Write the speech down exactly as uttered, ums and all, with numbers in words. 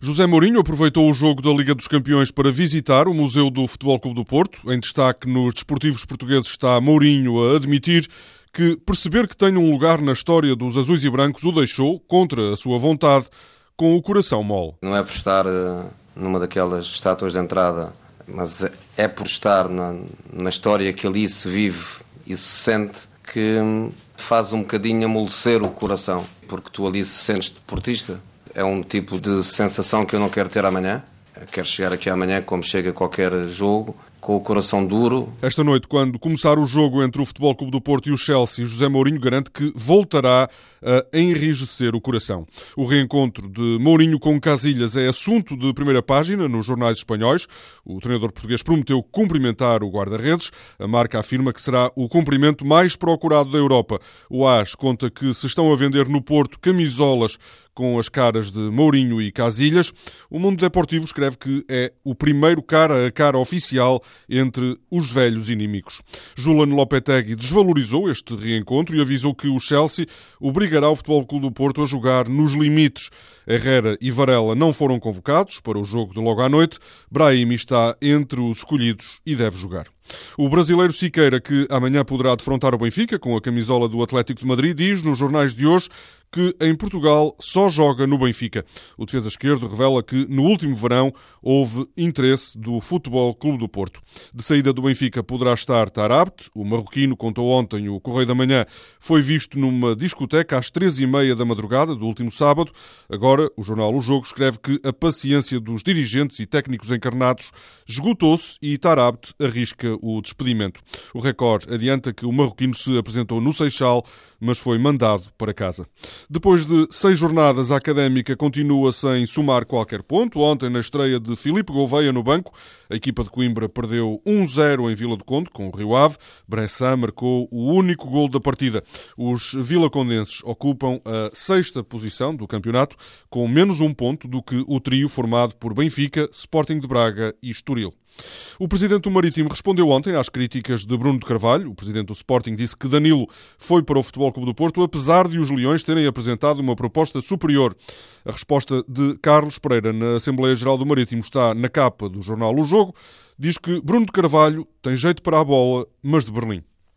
José Mourinho aproveitou o jogo da Liga dos Campeões para visitar o Museu do Futebol Clube do Porto. Em destaque nos desportivos portugueses está Mourinho a admitir que perceber que tem um lugar na história dos azuis e brancos o deixou, contra a sua vontade, com o coração mole. Não é por estar numa daquelas estátuas de entrada, mas é por estar na, na história que ali se vive e se sente que faz um bocadinho amolecer o coração, porque tu ali se sentes deportista. É um tipo de sensação que eu não quero ter amanhã. Eu quero chegar aqui amanhã, como chega qualquer jogo, com o coração duro. Esta noite, quando começar o jogo entre o Futebol Clube do Porto e o Chelsea, José Mourinho garante que voltará a enrijecer o coração. O reencontro de Mourinho com Casillas é assunto de primeira página nos jornais espanhóis. O treinador português prometeu cumprimentar o guarda-redes. A marca afirma que será o cumprimento mais procurado da Europa. O AS conta que se estão a vender no Porto camisolas com as caras de Mourinho e Casillas. O Mundo Deportivo escreve que é o primeiro cara a cara oficial entre os velhos inimigos. Julen Lopetegui desvalorizou este reencontro e avisou que o Chelsea obrigará o Futebol Clube do Porto a jogar nos limites. Herrera e Varela não foram convocados para o jogo de logo à noite. Brahimi está entre os escolhidos e deve jogar. O brasileiro Siqueira, que amanhã poderá defrontar o Benfica com a camisola do Atlético de Madrid, diz nos jornais de hoje que em Portugal só joga no Benfica. O defesa esquerdo revela que no último verão houve interesse do Futebol Clube do Porto. De saída do Benfica poderá estar Tarabt. O marroquino, contou ontem o Correio da Manhã, foi visto numa discoteca às três e meia da madrugada do último sábado. Agora, o jornal O Jogo escreve que a paciência dos dirigentes e técnicos encarnados esgotou-se e Tarabt arrisca o despedimento. O Record adianta que o marroquino se apresentou no Seixal, mas foi mandado para casa. Depois de seis jornadas, a Académica continua sem somar qualquer ponto. Ontem, na estreia de Filipe Gouveia no banco, a equipa de Coimbra perdeu um zero em Vila do Conde, com o Rio Ave. Bressan marcou o único gol da partida. Os vilacondenses ocupam a sexta posição do campeonato, com menos um ponto do que o trio formado por Benfica, Sporting de Braga e Estoril. O presidente do Marítimo respondeu ontem às críticas de Bruno de Carvalho. O presidente do Sporting disse que Danilo foi para o Futebol Clube do Porto, apesar de os Leões terem apresentado uma proposta superior. A resposta de Carlos Pereira na Assembleia Geral do Marítimo está na capa do jornal O Jogo. Diz que Bruno de Carvalho tem jeito para a bola, mas de Berlim.